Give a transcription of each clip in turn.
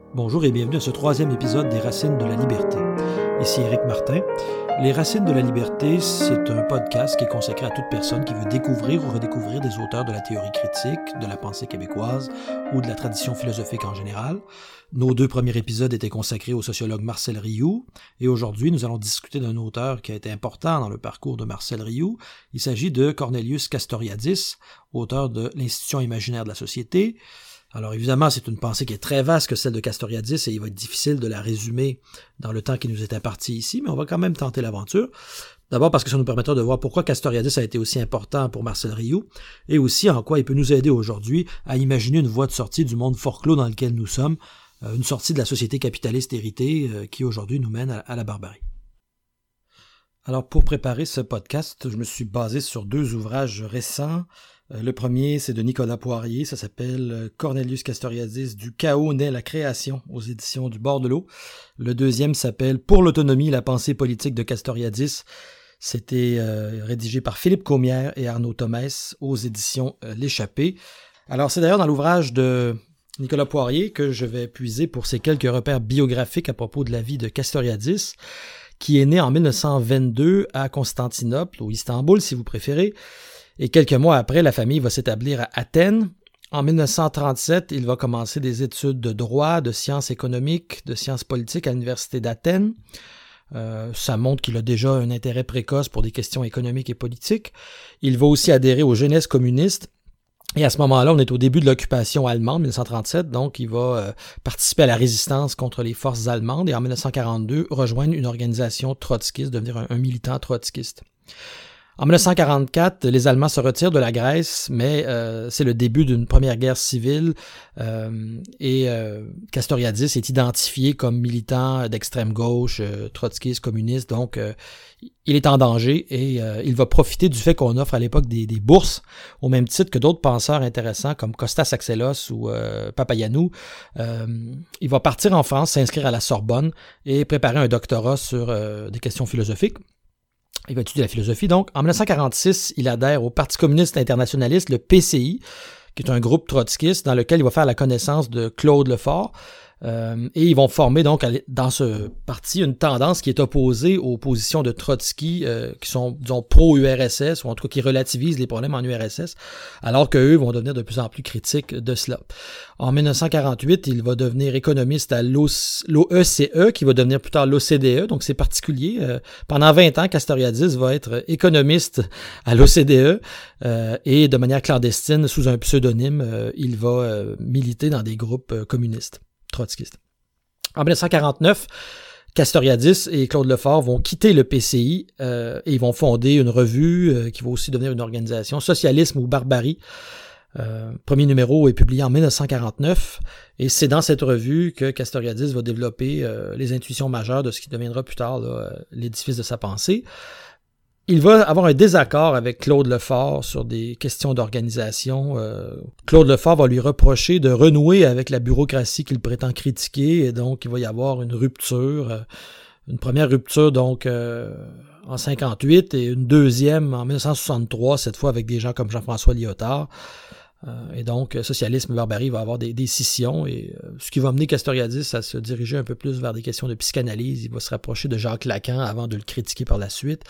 Bonjour et bienvenue à ce troisième épisode des Racines de la Liberté. Ici Éric Martin. Les Racines de la Liberté, c'est un podcast qui est consacré à toute personne qui veut découvrir ou redécouvrir des auteurs de la théorie critique, de la pensée québécoise ou de la tradition philosophique en général. Nos deux premiers épisodes étaient consacrés au sociologue Marcel Rioux et aujourd'hui, nous allons discuter d'un auteur qui a été important dans le parcours de Marcel Rioux. Il s'agit de Cornelius Castoriadis, auteur de L'Institution imaginaire de la société. Alors évidemment, c'est une pensée qui est très vaste que celle de Castoriadis et il va être difficile de la résumer dans le temps qui nous est imparti ici, mais on va quand même tenter l'aventure. D'abord parce que ça nous permettra de voir pourquoi Castoriadis a été aussi important pour Marcel Rioux et aussi en quoi il peut nous aider aujourd'hui à imaginer une voie de sortie du monde forclos dans lequel nous sommes, une sortie de la société capitaliste héritée qui aujourd'hui nous mène à la barbarie. Alors pour préparer ce podcast, je me suis basé sur deux ouvrages récents. Le premier, c'est de Nicolas Poirier, ça s'appelle Cornelius Castoriadis, du chaos naît la création, aux éditions du Bord de l'eau. Le deuxième s'appelle Pour l'autonomie, la pensée politique de Castoriadis. C'était rédigé par Philippe Comière et Arnaud Thomès aux éditions L'Échappée. Alors c'est d'ailleurs dans l'ouvrage de Nicolas Poirier que je vais puiser pour ces quelques repères biographiques à propos de la vie de Castoriadis, qui est né en 1922 à Constantinople, ou Istanbul si vous préférez. Et quelques mois après, la famille va s'établir à Athènes. En 1937, il va commencer des études de droit, de sciences économiques, de sciences politiques à l'université d'Athènes. Ça montre qu'il a déjà un intérêt précoce pour des questions économiques et politiques. Il va aussi adhérer aux jeunesses communistes. Et à ce moment-là, on est au début de l'occupation allemande, 1937, donc il va participer à la résistance contre les forces allemandes et en 1942, rejoindre une organisation trotskiste, devenir un militant trotskiste. En 1944, les Allemands se retirent de la Grèce, mais c'est le début d'une première guerre civile et Castoriadis est identifié comme militant d'extrême gauche, trotskiste, communiste, donc il est en danger et il va profiter du fait qu'on offre à l'époque des bourses, au même titre que d'autres penseurs intéressants comme Kostas Axelos ou Papayannou. Il va partir en France, s'inscrire à la Sorbonne et préparer un doctorat sur des questions philosophiques. Il va étudier la philosophie. Donc, en 1946, il adhère au Parti communiste internationaliste, le PCI, qui est un groupe trotskiste dans lequel il va faire la connaissance de Claude Lefort. Et ils vont former donc dans ce parti une tendance qui est opposée aux positions de Trotsky qui sont, disons, pro-URSS, ou en tout cas qui relativisent les problèmes en URSS, alors qu'eux vont devenir de plus en plus critiques de cela. En 1948, il va devenir économiste à l'OECE, qui va devenir plus tard l'OCDE, donc c'est particulier. Pendant 20 ans, Castoriadis va être économiste à l'OCDE et de manière clandestine, sous un pseudonyme, il va militer dans des groupes communistes trotskistes. En 1949, Castoriadis et Claude Lefort vont quitter le PCI et ils vont fonder une revue qui va aussi devenir une organisation, Socialisme ou Barbarie. Premier numéro est publié en 1949 et c'est dans cette revue que Castoriadis va développer les intuitions majeures de ce qui deviendra plus tard l'édifice de sa pensée. Il va avoir un désaccord avec Claude Lefort sur des questions d'organisation. Claude Lefort va lui reprocher de renouer avec la bureaucratie qu'il prétend critiquer et donc il va y avoir une rupture, une première rupture donc en 58 et une deuxième en 1963, cette fois avec des gens comme Jean-François Lyotard. Et donc, Socialisme et Barbarie va avoir des scissions et ce qui va mener Castoriadis à se diriger un peu plus vers des questions de psychanalyse. Il va se rapprocher de Jacques Lacan avant de le critiquer par la suite.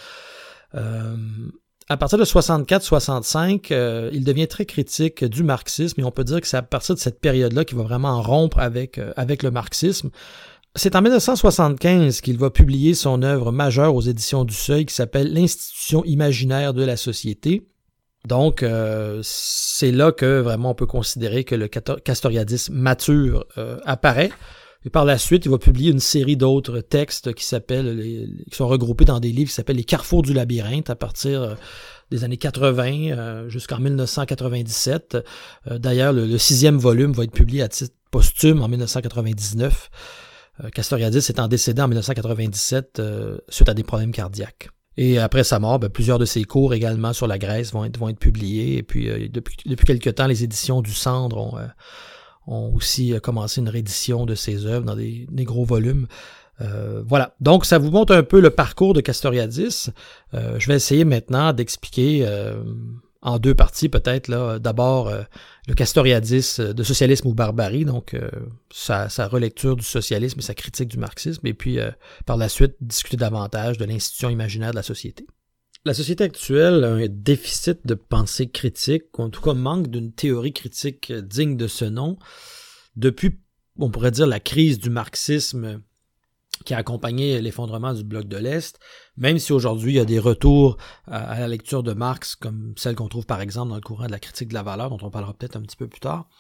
À partir de 64-65, il devient très critique du marxisme et on peut dire que c'est à partir de cette période-là qu'il va vraiment rompre avec le marxisme. C'est en 1975 qu'il va publier son œuvre majeure aux éditions du Seuil qui s'appelle L'Institution imaginaire de la société. Donc, c'est là que vraiment on peut considérer que le Castoriadis mature apparaît. Et par la suite, il va publier une série d'autres textes qui sont regroupés dans des livres qui s'appellent Les Carrefours du labyrinthe à partir des années 80 jusqu'en 1997. D'ailleurs, le 6e volume va être publié à titre posthume en 1999. Castoriadis étant décédé en 1997 suite à des problèmes cardiaques. Et après sa mort, plusieurs de ses cours également sur la Grèce vont être publiés. Et puis, depuis quelque temps, les éditions du Cendre ont aussi commencé une réédition de ses œuvres dans des gros volumes. Voilà. Donc, ça vous montre un peu le parcours de Castoriadis. Je vais essayer maintenant d'expliquer en deux parties peut-être. Là. D'abord, le Castoriadis de Socialisme ou Barbarie, donc sa relecture du socialisme et sa critique du marxisme, et puis par la suite, discuter davantage de l'institution imaginaire de la société. La société actuelle a un déficit de pensée critique, ou en tout cas manque d'une théorie critique digne de ce nom, depuis, on pourrait dire, la crise du marxisme qui a accompagné l'effondrement du bloc de l'Est, même si aujourd'hui il y a des retours à la lecture de Marx, comme celle qu'on trouve par exemple dans le courant de la critique de la valeur, dont on parlera peut-être un petit peu plus tard,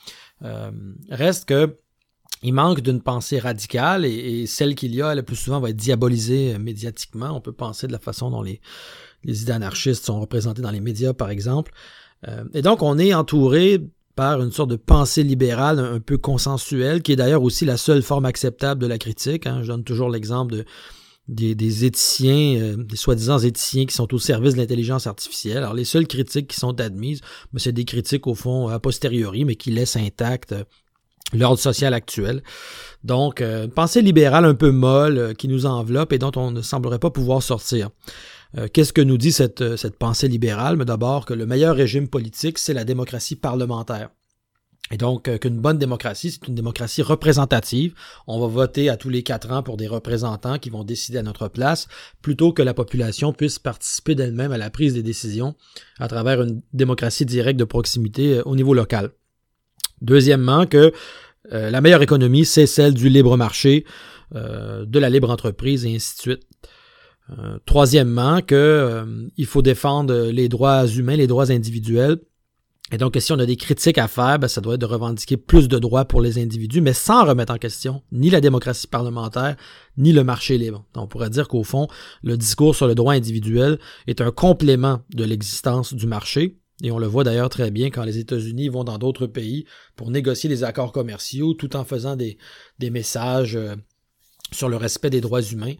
reste que il manque d'une pensée radicale et celle qu'il y a, le plus souvent, va être diabolisée médiatiquement. On peut penser de la façon dont les idées anarchistes sont représentées dans les médias, par exemple. Et donc, on est entouré par une sorte de pensée libérale un peu consensuelle, qui est d'ailleurs aussi la seule forme acceptable de la critique. Je donne toujours l'exemple des éthiciens, des soi-disant éthiciens qui sont au service de l'intelligence artificielle. Alors, les seules critiques qui sont admises, c'est des critiques, au fond, a posteriori, mais qui laissent intact l'ordre social actuel. Donc, une pensée libérale un peu molle qui nous enveloppe et dont on ne semblerait pas pouvoir sortir. Qu'est-ce que nous dit cette pensée libérale? Mais d'abord, que le meilleur régime politique, c'est la démocratie parlementaire. Et donc, qu'une bonne démocratie, c'est une démocratie représentative. On va voter à tous les 4 ans pour des représentants qui vont décider à notre place, plutôt que la population puisse participer d'elle-même à la prise des décisions à travers une démocratie directe de proximité au niveau local. Deuxièmement, que la meilleure économie, c'est celle du libre marché, de la libre entreprise, et ainsi de suite. Troisièmement, il faut défendre les droits humains, les droits individuels. Et donc, si on a des critiques à faire, ça doit être de revendiquer plus de droits pour les individus, mais sans remettre en question ni la démocratie parlementaire, ni le marché libre. Donc, on pourrait dire qu'au fond, le discours sur le droit individuel est un complément de l'existence du marché. Et on le voit d'ailleurs très bien quand les États-Unis vont dans d'autres pays pour négocier des accords commerciaux tout en faisant des messages sur le respect des droits humains.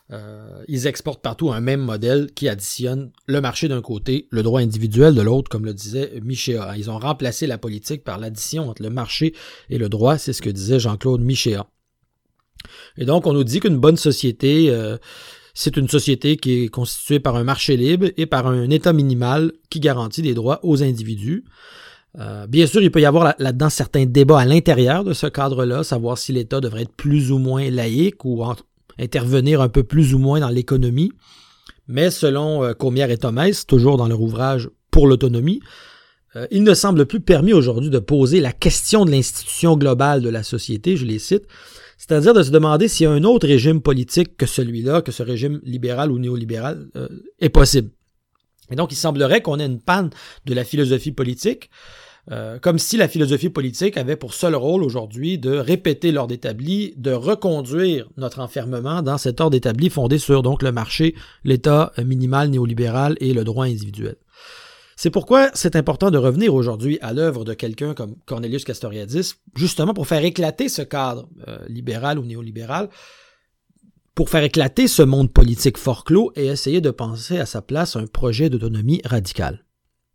Ils exportent partout un même modèle qui additionne le marché d'un côté, le droit individuel de l'autre, comme le disait Michéa. Ils ont remplacé la politique par l'addition entre le marché et le droit, c'est ce que disait Jean-Claude Michéa. Et donc, on nous dit qu'une bonne société, c'est une société qui est constituée par un marché libre et par un État minimal qui garantit des droits aux individus. Bien sûr, il peut y avoir là-dedans certains débats à l'intérieur de ce cadre-là, savoir si l'État devrait être plus ou moins laïque ou intervenir un peu plus ou moins dans l'économie. Mais selon Comière et Thomès, toujours dans leur ouvrage Pour l'autonomie, il ne semble plus permis aujourd'hui de poser la question de l'institution globale de la société, je les cite, c'est-à-dire de se demander s'il y a un autre régime politique que celui-là, que ce régime libéral ou néolibéral est possible. Et donc, il semblerait qu'on ait une panne de la philosophie politique, comme si la philosophie politique avait pour seul rôle aujourd'hui de répéter l'ordre établi, de reconduire notre enfermement dans cet ordre établi fondé sur donc le marché, l'État minimal néolibéral et le droit individuel. C'est pourquoi c'est important de revenir aujourd'hui à l'œuvre de quelqu'un comme Cornelius Castoriadis, justement pour faire éclater ce cadre libéral ou néolibéral, pour faire éclater ce monde politique fort clos et essayer de penser à sa place un projet d'autonomie radicale.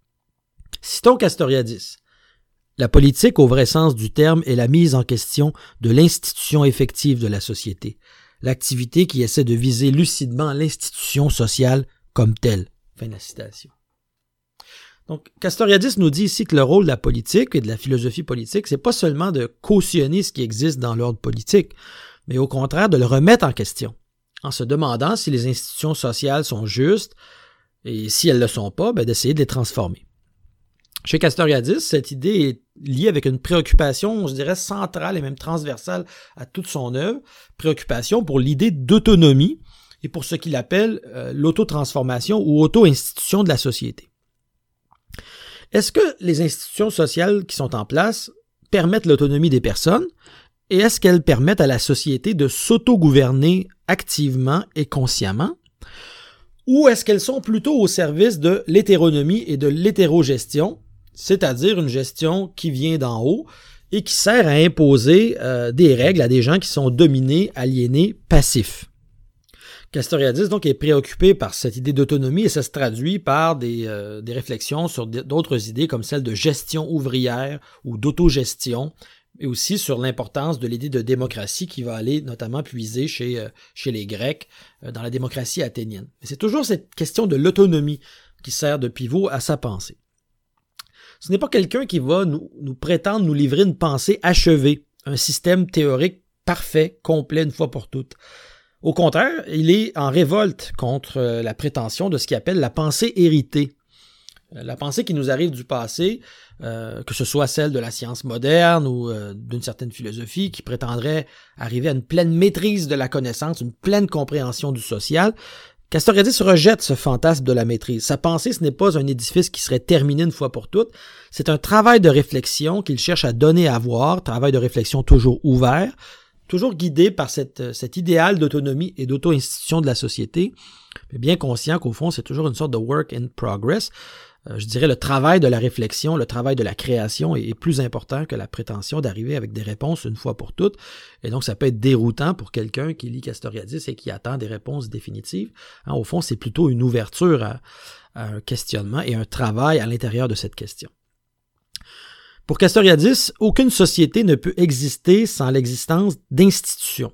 Citons Castoriadis. La politique, au vrai sens du terme, est la mise en question de l'institution effective de la société, l'activité qui essaie de viser lucidement l'institution sociale comme telle. Fin de la citation. Donc, Castoriadis nous dit ici que le rôle de la politique et de la philosophie politique, c'est pas seulement de cautionner ce qui existe dans l'ordre politique, mais au contraire de le remettre en question, en se demandant si les institutions sociales sont justes et si elles ne le sont pas, d'essayer de les transformer. Chez Castoriadis, cette idée est liée avec une préoccupation, je dirais, centrale et même transversale à toute son œuvre, préoccupation pour l'idée d'autonomie et pour ce qu'il appelle l'autotransformation ou auto-institution de la société. Est-ce que les institutions sociales qui sont en place permettent l'autonomie des personnes et est-ce qu'elles permettent à la société de s'auto-gouverner activement et consciemment? Ou est-ce qu'elles sont plutôt au service de l'hétéronomie et de l'hétérogestion, c'est-à-dire une gestion qui vient d'en haut et qui sert à imposer des règles à des gens qui sont dominés, aliénés, passifs? Castoriadis donc est préoccupé par cette idée d'autonomie et ça se traduit par des réflexions sur d'autres idées comme celle de gestion ouvrière ou d'autogestion et aussi sur l'importance de l'idée de démocratie qui va aller notamment puiser chez les Grecs dans la démocratie athénienne. Mais c'est toujours cette question de l'autonomie qui sert de pivot à sa pensée. Ce n'est pas quelqu'un qui va nous prétendre nous livrer une pensée achevée, un système théorique parfait, complet une fois pour toutes. Au contraire, il est en révolte contre la prétention de ce qu'il appelle la pensée héritée. La pensée qui nous arrive du passé, que ce soit celle de la science moderne ou d'une certaine philosophie qui prétendrait arriver à une pleine maîtrise de la connaissance, une pleine compréhension du social, Castoriadis rejette ce fantasme de la maîtrise. Sa pensée, ce n'est pas un édifice qui serait terminé une fois pour toutes, c'est un travail de réflexion qu'il cherche à donner à voir, travail de réflexion toujours ouvert, toujours guidé par cet idéal d'autonomie et d'auto-institution de la société, mais bien conscient qu'au fond, c'est toujours une sorte de work in progress. Je dirais le travail de la réflexion, le travail de la création est plus important que la prétention d'arriver avec des réponses une fois pour toutes. Et donc, ça peut être déroutant pour quelqu'un qui lit Castoriadis et qui attend des réponses définitives. Au fond, c'est plutôt une ouverture à un questionnement et un travail à l'intérieur de cette question. Pour Castoriadis, aucune société ne peut exister sans l'existence d'institutions.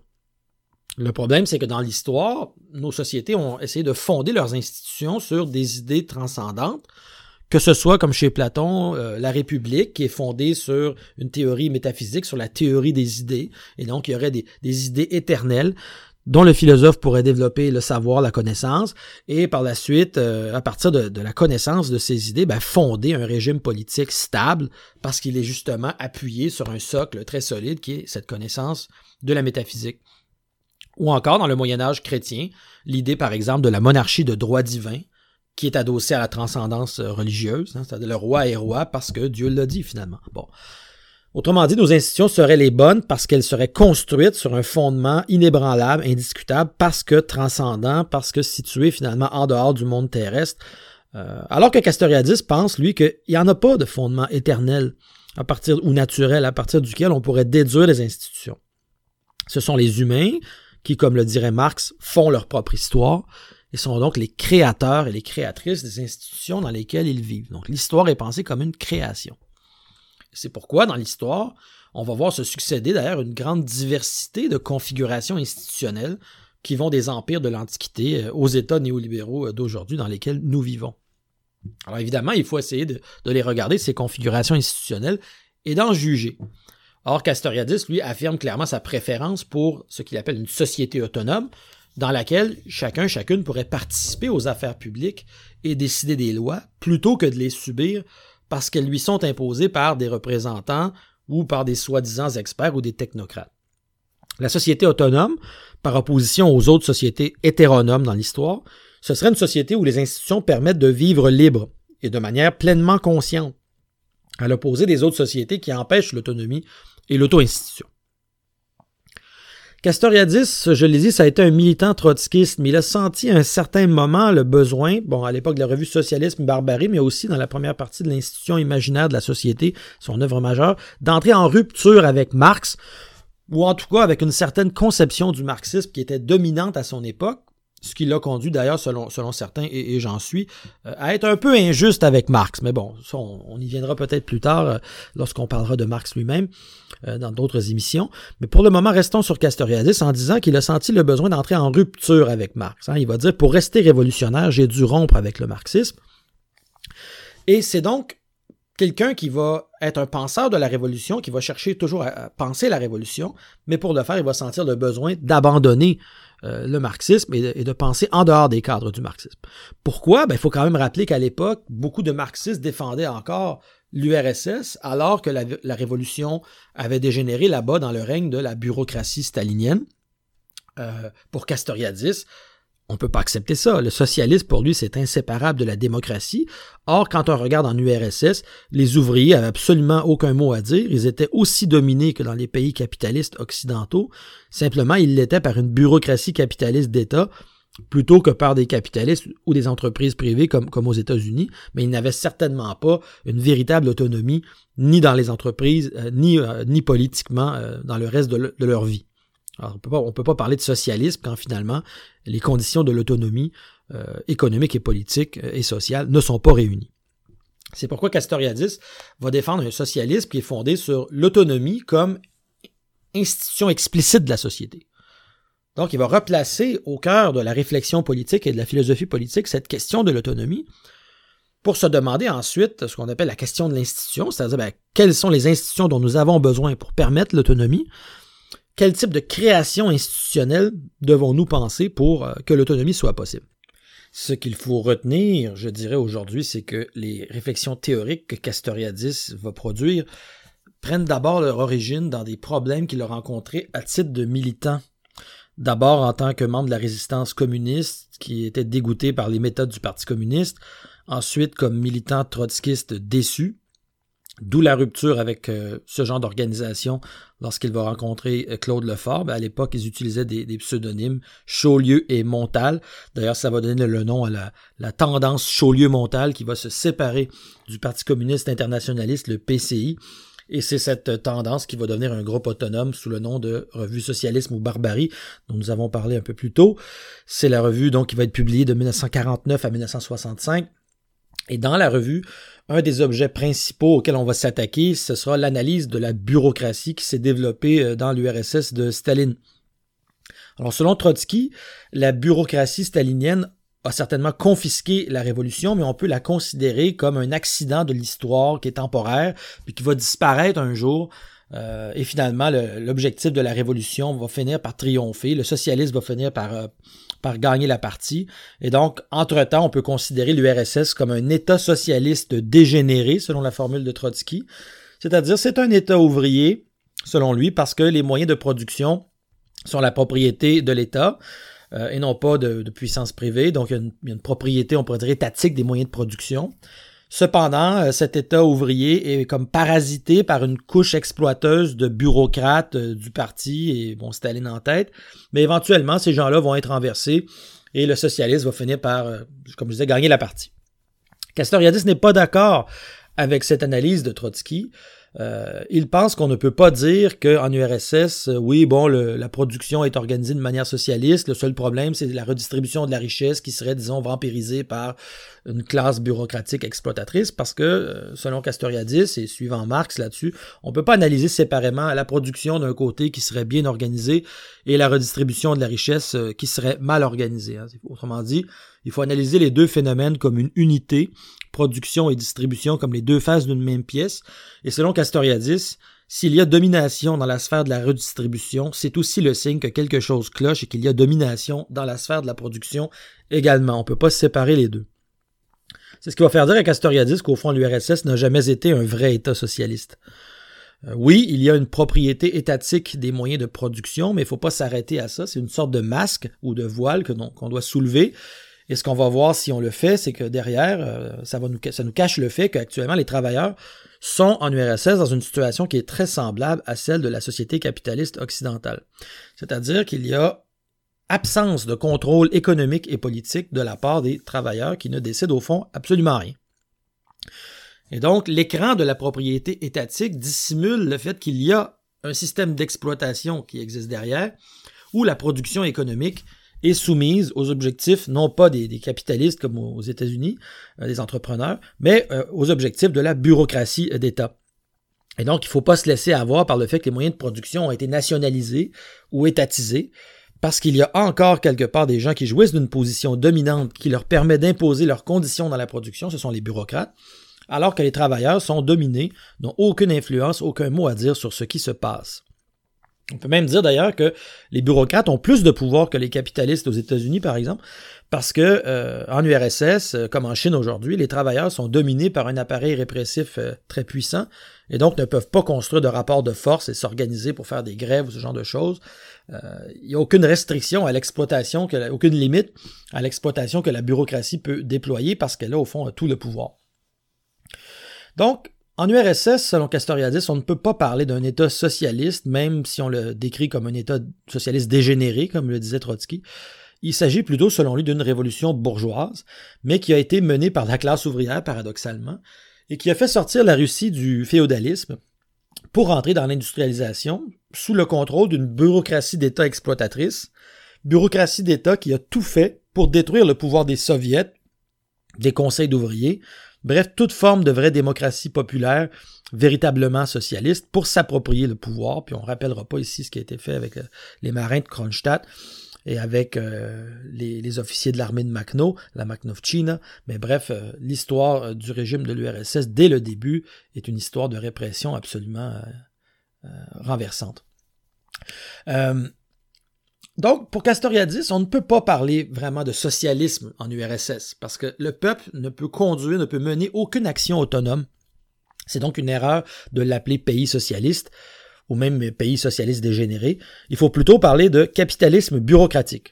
Le problème, c'est que dans l'histoire, nos sociétés ont essayé de fonder leurs institutions sur des idées transcendantes, que ce soit, comme chez Platon, la République, qui est fondée sur une théorie métaphysique, sur la théorie des idées, et donc il y aurait des idées éternelles, dont le philosophe pourrait développer le savoir, la connaissance, et par la suite, à partir de la connaissance de ces idées, fonder un régime politique stable, parce qu'il est justement appuyé sur un socle très solide, qui est cette connaissance de la métaphysique. Ou encore, dans le Moyen-Âge chrétien, l'idée, par exemple, de la monarchie de droit divin, qui est adossée à la transcendance religieuse, c'est-à-dire le roi est roi parce que Dieu l'a dit, finalement. Bon. Autrement dit, nos institutions seraient les bonnes parce qu'elles seraient construites sur un fondement inébranlable, indiscutable, parce que transcendant, parce que situé, finalement, en dehors du monde terrestre. Alors que Castoriadis pense, lui, qu'il n'y en a pas de fondement éternel ou naturel à partir duquel on pourrait déduire les institutions. Ce sont les humains qui, comme le dirait Marx, font leur propre histoire et sont donc les créateurs et les créatrices des institutions dans lesquelles ils vivent. Donc l'histoire est pensée comme une création. C'est pourquoi, dans l'histoire, on va voir se succéder d'ailleurs une grande diversité de configurations institutionnelles qui vont des empires de l'Antiquité aux États néolibéraux d'aujourd'hui dans lesquels nous vivons. Alors évidemment, il faut essayer de les regarder, ces configurations institutionnelles, et d'en juger. Or, Castoriadis, lui, affirme clairement sa préférence pour ce qu'il appelle une société autonome, dans laquelle chacune pourrait participer aux affaires publiques et décider des lois, plutôt que de les subir parce qu'elles lui sont imposées par des représentants ou par des soi-disant experts ou des technocrates. La société autonome, par opposition aux autres sociétés hétéronomes dans l'histoire, ce serait une société où les institutions permettent de vivre libre et de manière pleinement consciente, à l'opposé des autres sociétés qui empêchent l'autonomie et l'auto-institution. Castoriadis, je l'ai dit, ça a été un militant trotskiste, mais il a senti à un certain moment le besoin, à l'époque de la revue Socialisme et Barbarie, mais aussi dans la première partie de l'institution imaginaire de la société, son œuvre majeure, d'entrer en rupture avec Marx, ou en tout cas avec une certaine conception du marxisme qui était dominante à son époque, ce qui l'a conduit d'ailleurs, selon certains, et j'en suis, à être un peu injuste avec Marx. Mais bon, ça, on y viendra peut-être plus tard lorsqu'on parlera de Marx lui-même dans d'autres émissions. Mais pour le moment, restons sur Castoriadis en disant qu'il a senti le besoin d'entrer en rupture avec Marx. Il va dire, pour rester révolutionnaire, j'ai dû rompre avec le marxisme. Et c'est donc quelqu'un qui va être un penseur de la révolution, qui va chercher toujours à penser la révolution, mais pour le faire, il va sentir le besoin d'abandonner le marxisme et de penser en dehors des cadres du marxisme. Pourquoi? Il faut quand même rappeler qu'à l'époque, beaucoup de marxistes défendaient encore l'URSS, alors que la révolution avait dégénéré là-bas dans le règne de la bureaucratie stalinienne. Pour Castoriadis, on ne peut pas accepter ça. Le socialisme, pour lui, c'est inséparable de la démocratie. Or, quand on regarde en URSS, les ouvriers n'avaient absolument aucun mot à dire. Ils étaient aussi dominés que dans les pays capitalistes occidentaux. Simplement, ils l'étaient par une bureaucratie capitaliste d'État plutôt que par des capitalistes ou des entreprises privées comme aux États-Unis. Mais ils n'avaient certainement pas une véritable autonomie, ni dans les entreprises, ni politiquement dans le reste de leur vie. Alors, on peut pas parler de socialisme quand finalement les conditions de l'autonomie économique et politique et sociale ne sont pas réunies. C'est pourquoi Castoriadis va défendre un socialisme qui est fondé sur l'autonomie comme institution explicite de la société. Donc, il va replacer au cœur de la réflexion politique et de la philosophie politique cette question de l'autonomie pour se demander ensuite ce qu'on appelle la question de l'institution, c'est-à-dire quelles sont les institutions dont nous avons besoin pour permettre l'autonomie, quel type de création institutionnelle devons-nous penser pour que l'autonomie soit possible. Ce qu'il faut retenir, je dirais aujourd'hui, c'est que les réflexions théoriques que Castoriadis va produire prennent d'abord leur origine dans des problèmes qu'il a rencontrés à titre de militant. D'abord en tant que membre de la résistance communiste qui était dégoûté par les méthodes du Parti communiste, ensuite comme militant trotskiste déçu, d'où la rupture avec ce genre d'organisation lorsqu'il va rencontrer Claude Lefort. À l'époque, ils utilisaient des pseudonymes Chaulieu et Montal. D'ailleurs, ça va donner le nom à la tendance Chaulieu-Montal qui va se séparer du Parti communiste internationaliste, le PCI. Et c'est cette tendance qui va devenir un groupe autonome sous le nom de Revue Socialisme ou Barbarie, dont nous avons parlé un peu plus tôt. C'est la revue donc qui va être publiée de 1949 à 1965. Et dans la revue, un des objets principaux auxquels on va s'attaquer, ce sera l'analyse de la bureaucratie qui s'est développée dans l'URSS de Staline. Alors, selon Trotsky, la bureaucratie stalinienne a certainement confisqué la révolution, mais on peut la considérer comme un accident de l'histoire qui est temporaire, puis qui va disparaître un jour. Et finalement, l'objectif de la révolution va finir par triompher. Le socialisme va finir par gagner la partie. Et donc, entre-temps, on peut considérer l'URSS comme un État socialiste dégénéré, selon la formule de Trotsky. C'est-à-dire, c'est un État ouvrier, selon lui, parce que les moyens de production sont la propriété de l'État et non pas de puissance privée. Donc, il y a une propriété, on pourrait dire, étatique des moyens de production. Cependant, cet État ouvrier est comme parasité par une couche exploiteuse de bureaucrates du parti, et bon, Staline en tête, mais éventuellement, ces gens-là vont être renversés et le socialisme va finir par, comme je disais, gagner la partie. Castoriadis n'est pas d'accord avec cette analyse de Trotsky. Il pense qu'on ne peut pas dire qu'en URSS, la production est organisée de manière socialiste. Le seul problème, c'est la redistribution de la richesse qui serait, disons, vampirisée par une classe bureaucratique exploitatrice parce que, selon Castoriadis et suivant Marx là-dessus, on ne peut pas analyser séparément la production d'un côté qui serait bien organisée et la redistribution de la richesse qui serait mal organisée. Autrement dit, il faut analyser les deux phénomènes comme une unité, production et distribution comme les deux faces d'une même pièce. Et selon Castoriadis, s'il y a domination dans la sphère de la redistribution, c'est aussi le signe que quelque chose cloche et qu'il y a domination dans la sphère de la production également. On ne peut pas séparer les deux. C'est ce qui va faire dire à Castoriadis qu'au fond, l'URSS n'a jamais été un vrai État socialiste. Oui, il y a une propriété étatique des moyens de production, mais il ne faut pas s'arrêter à ça. C'est une sorte de masque ou de voile qu'on doit soulever. Et ce qu'on va voir si on le fait, c'est que derrière, ça nous cache le fait qu'actuellement, les travailleurs sont en URSS dans une situation qui est très semblable à celle de la société capitaliste occidentale. C'est-à-dire qu'il y a absence de contrôle économique et politique de la part des travailleurs qui ne décident au fond absolument rien. Et donc, l'écran de la propriété étatique dissimule le fait qu'il y a un système d'exploitation qui existe derrière, où la production économique est soumise aux objectifs, non pas des capitalistes comme aux États-Unis, des entrepreneurs, mais aux objectifs de la bureaucratie d'État. Et donc, il ne faut pas se laisser avoir par le fait que les moyens de production ont été nationalisés ou étatisés, parce qu'il y a encore quelque part des gens qui jouissent d'une position dominante qui leur permet d'imposer leurs conditions dans la production, ce sont les bureaucrates, alors que les travailleurs sont dominés, n'ont aucune influence, aucun mot à dire sur ce qui se passe. On peut même dire d'ailleurs que les bureaucrates ont plus de pouvoir que les capitalistes aux États-Unis, par exemple, parce que en URSS, comme en Chine aujourd'hui, les travailleurs sont dominés par un appareil répressif très puissant et donc ne peuvent pas construire de rapports de force et s'organiser pour faire des grèves ou ce genre de choses. Il n'y a aucune restriction à l'exploitation, aucune limite à l'exploitation que la bureaucratie peut déployer parce qu'elle a au fond tout le pouvoir. Donc, en URSS, selon Castoriadis, on ne peut pas parler d'un État socialiste, même si on le décrit comme un État socialiste dégénéré, comme le disait Trotsky. Il s'agit plutôt, selon lui, d'une révolution bourgeoise, mais qui a été menée par la classe ouvrière, paradoxalement, et qui a fait sortir la Russie du féodalisme pour entrer dans l'industrialisation sous le contrôle d'une bureaucratie d'État exploitatrice, bureaucratie d'État qui a tout fait pour détruire le pouvoir des soviets, des conseils d'ouvriers, bref, toute forme de vraie démocratie populaire, véritablement socialiste, pour s'approprier le pouvoir. Puis on ne rappellera pas ici ce qui a été fait avec les marins de Kronstadt. et avec les officiers de l'armée de Makhno, la Makhnovtchina. Mais bref, l'histoire du régime de l'URSS, dès le début, est une histoire de répression absolument renversante. Donc, pour Castoriadis, on ne peut pas parler vraiment de socialisme en URSS, parce que le peuple ne peut mener aucune action autonome. C'est donc une erreur de l'appeler pays socialiste, ou même pays socialiste dégénéré. Il faut plutôt parler de capitalisme bureaucratique.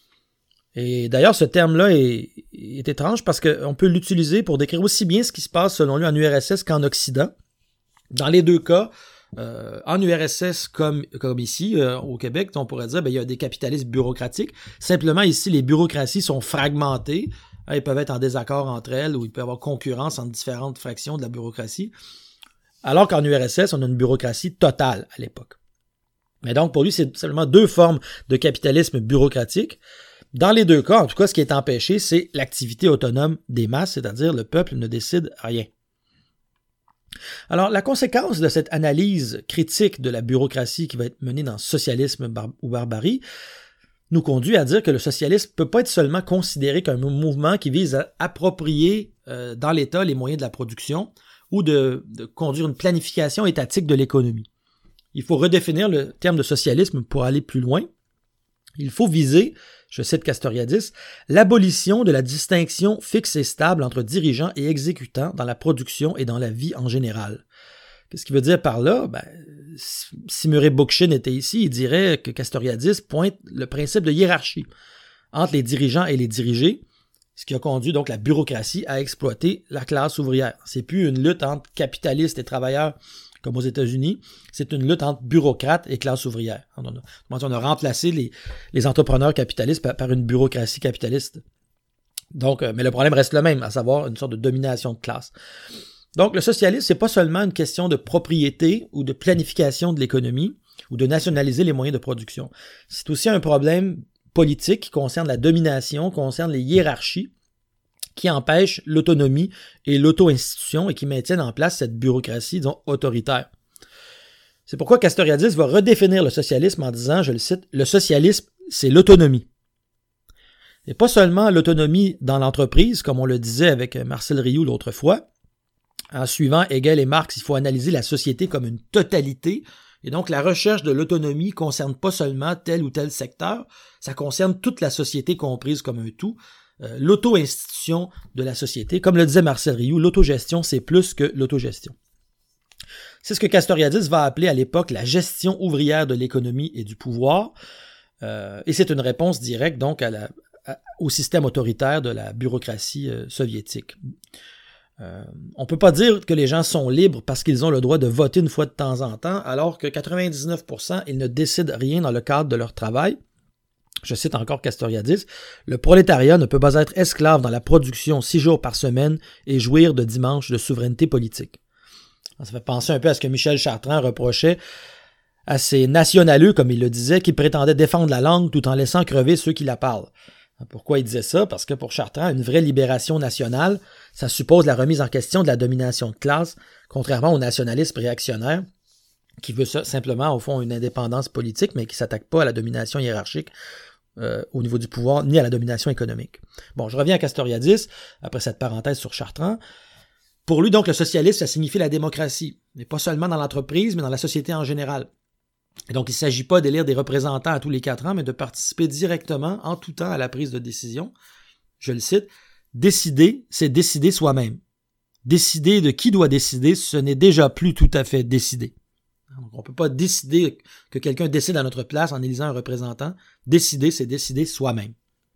Et d'ailleurs, ce terme-là est étrange parce qu'on peut l'utiliser pour décrire aussi bien ce qui se passe, selon lui, en URSS qu'en Occident. Dans les deux cas, en URSS comme ici, au Québec, on pourrait dire il y a des capitalismes bureaucratiques. Simplement, ici, les bureaucraties sont fragmentées. Elles peuvent être en désaccord entre elles ou il peut y avoir concurrence entre différentes fractions de la bureaucratie. Alors qu'en URSS, on a une bureaucratie totale à l'époque. Mais donc, pour lui, c'est seulement deux formes de capitalisme bureaucratique. Dans les deux cas, en tout cas, ce qui est empêché, c'est l'activité autonome des masses, c'est-à-dire le peuple ne décide rien. Alors, la conséquence de cette analyse critique de la bureaucratie qui va être menée dans socialisme ou barbarie nous conduit à dire que le socialisme ne peut pas être seulement considéré comme un mouvement qui vise à approprier dans l'État les moyens de la production ou de conduire une planification étatique de l'économie. Il faut redéfinir le terme de socialisme pour aller plus loin. Il faut viser, je cite Castoriadis, l'abolition de la distinction fixe et stable entre dirigeants et exécutants dans la production et dans la vie en général. Qu'est-ce qu'il veut dire par là? Si Murray Bookchin était ici, il dirait que Castoriadis pointe le principe de hiérarchie entre les dirigeants et les dirigés, ce qui a conduit donc la bureaucratie à exploiter la classe ouvrière. C'est plus une lutte entre capitalistes et travailleurs comme aux États-Unis, c'est une lutte entre bureaucrates et classe ouvrière. On a remplacé les entrepreneurs capitalistes par une bureaucratie capitaliste. Donc, mais le problème reste le même, à savoir une sorte de domination de classe. Donc, le socialisme, c'est pas seulement une question de propriété ou de planification de l'économie ou de nationaliser les moyens de production. C'est aussi un problème politique qui concerne la domination, concerne les hiérarchies, qui empêchent l'autonomie et l'auto-institution et qui maintiennent en place cette bureaucratie, disons, autoritaire. C'est pourquoi Castoriadis va redéfinir le socialisme en disant, je le cite, « Le socialisme, c'est l'autonomie. » Et pas seulement l'autonomie dans l'entreprise, comme on le disait avec Marcel Rioux l'autre fois. En suivant Hegel et Marx, il faut analyser la société comme une totalité. Et donc, la recherche de l'autonomie ne concerne pas seulement tel ou tel secteur, ça concerne toute la société comprise comme un tout. L'auto-institution de la société. Comme le disait Marcel Rioux, l'autogestion, c'est plus que l'autogestion. C'est ce que Castoriadis va appeler à l'époque la gestion ouvrière de l'économie et du pouvoir. Et c'est une réponse directe donc au système autoritaire de la bureaucratie soviétique. On ne peut pas dire que les gens sont libres parce qu'ils ont le droit de voter une fois de temps en temps, alors que 99%, ils ne décident rien dans le cadre de leur travail. Je cite encore Castoriadis, « Le prolétariat ne peut pas être esclave dans la production 6 jours par semaine et jouir de dimanches de souveraineté politique. » Ça fait penser un peu à ce que Michel Chartrand reprochait à ces nationaleux, comme il le disait, qui prétendaient défendre la langue tout en laissant crever ceux qui la parlent. Pourquoi il disait ça? Parce que pour Chartrand, une vraie libération nationale, ça suppose la remise en question de la domination de classe, contrairement au nationalisme réactionnaire, qui veut ça, simplement, au fond, une indépendance politique, mais qui ne s'attaque pas à la domination hiérarchique au niveau du pouvoir, ni à la domination économique. Bon, je reviens à Castoriadis, après cette parenthèse sur Chartrand. Pour lui, donc, le socialisme, ça signifie la démocratie, mais pas seulement dans l'entreprise, mais dans la société en général. Et donc, il ne s'agit pas d'élire des représentants à tous les 4 ans, mais de participer directement, en tout temps, à la prise de décision. Je le cite, « Décider, c'est décider soi-même. Décider de qui doit décider, ce n'est déjà plus tout à fait décider. » Donc, on ne peut pas décider que quelqu'un décide à notre place en élisant un représentant. Décider, c'est décider soi-même.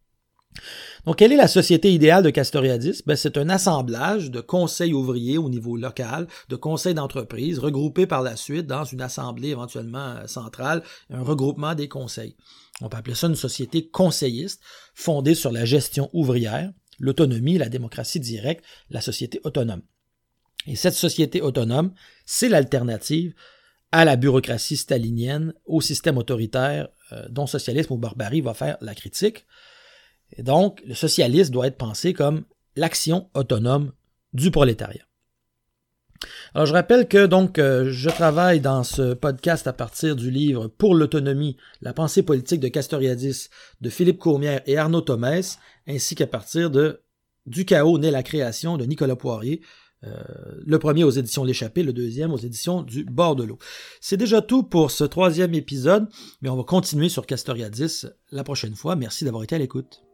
Donc, quelle est la société idéale de Castoriadis? C'est un assemblage de conseils ouvriers au niveau local, de conseils d'entreprise, regroupés par la suite dans une assemblée éventuellement centrale, un regroupement des conseils. On peut appeler ça une société conseilliste, fondée sur la gestion ouvrière, l'autonomie, la démocratie directe, la société autonome. Et cette société autonome, c'est l'alternative à la bureaucratie stalinienne, au système autoritaire dont socialisme ou barbarie va faire la critique. Et donc, le socialisme doit être pensé comme l'action autonome du prolétariat. Alors, je rappelle que donc je travaille dans ce podcast à partir du livre Pour l'autonomie, la pensée politique de Castoriadis de Philippe Courmière et Arnaud Thomès, ainsi qu'à partir de Du chaos naît la création de Nicolas Poirier, le premier aux éditions L'Échappée, le deuxième aux éditions du Bord de l'eau. C'est déjà tout pour ce 3e épisode, mais on va continuer sur Castoriadis la prochaine fois. Merci d'avoir été à l'écoute.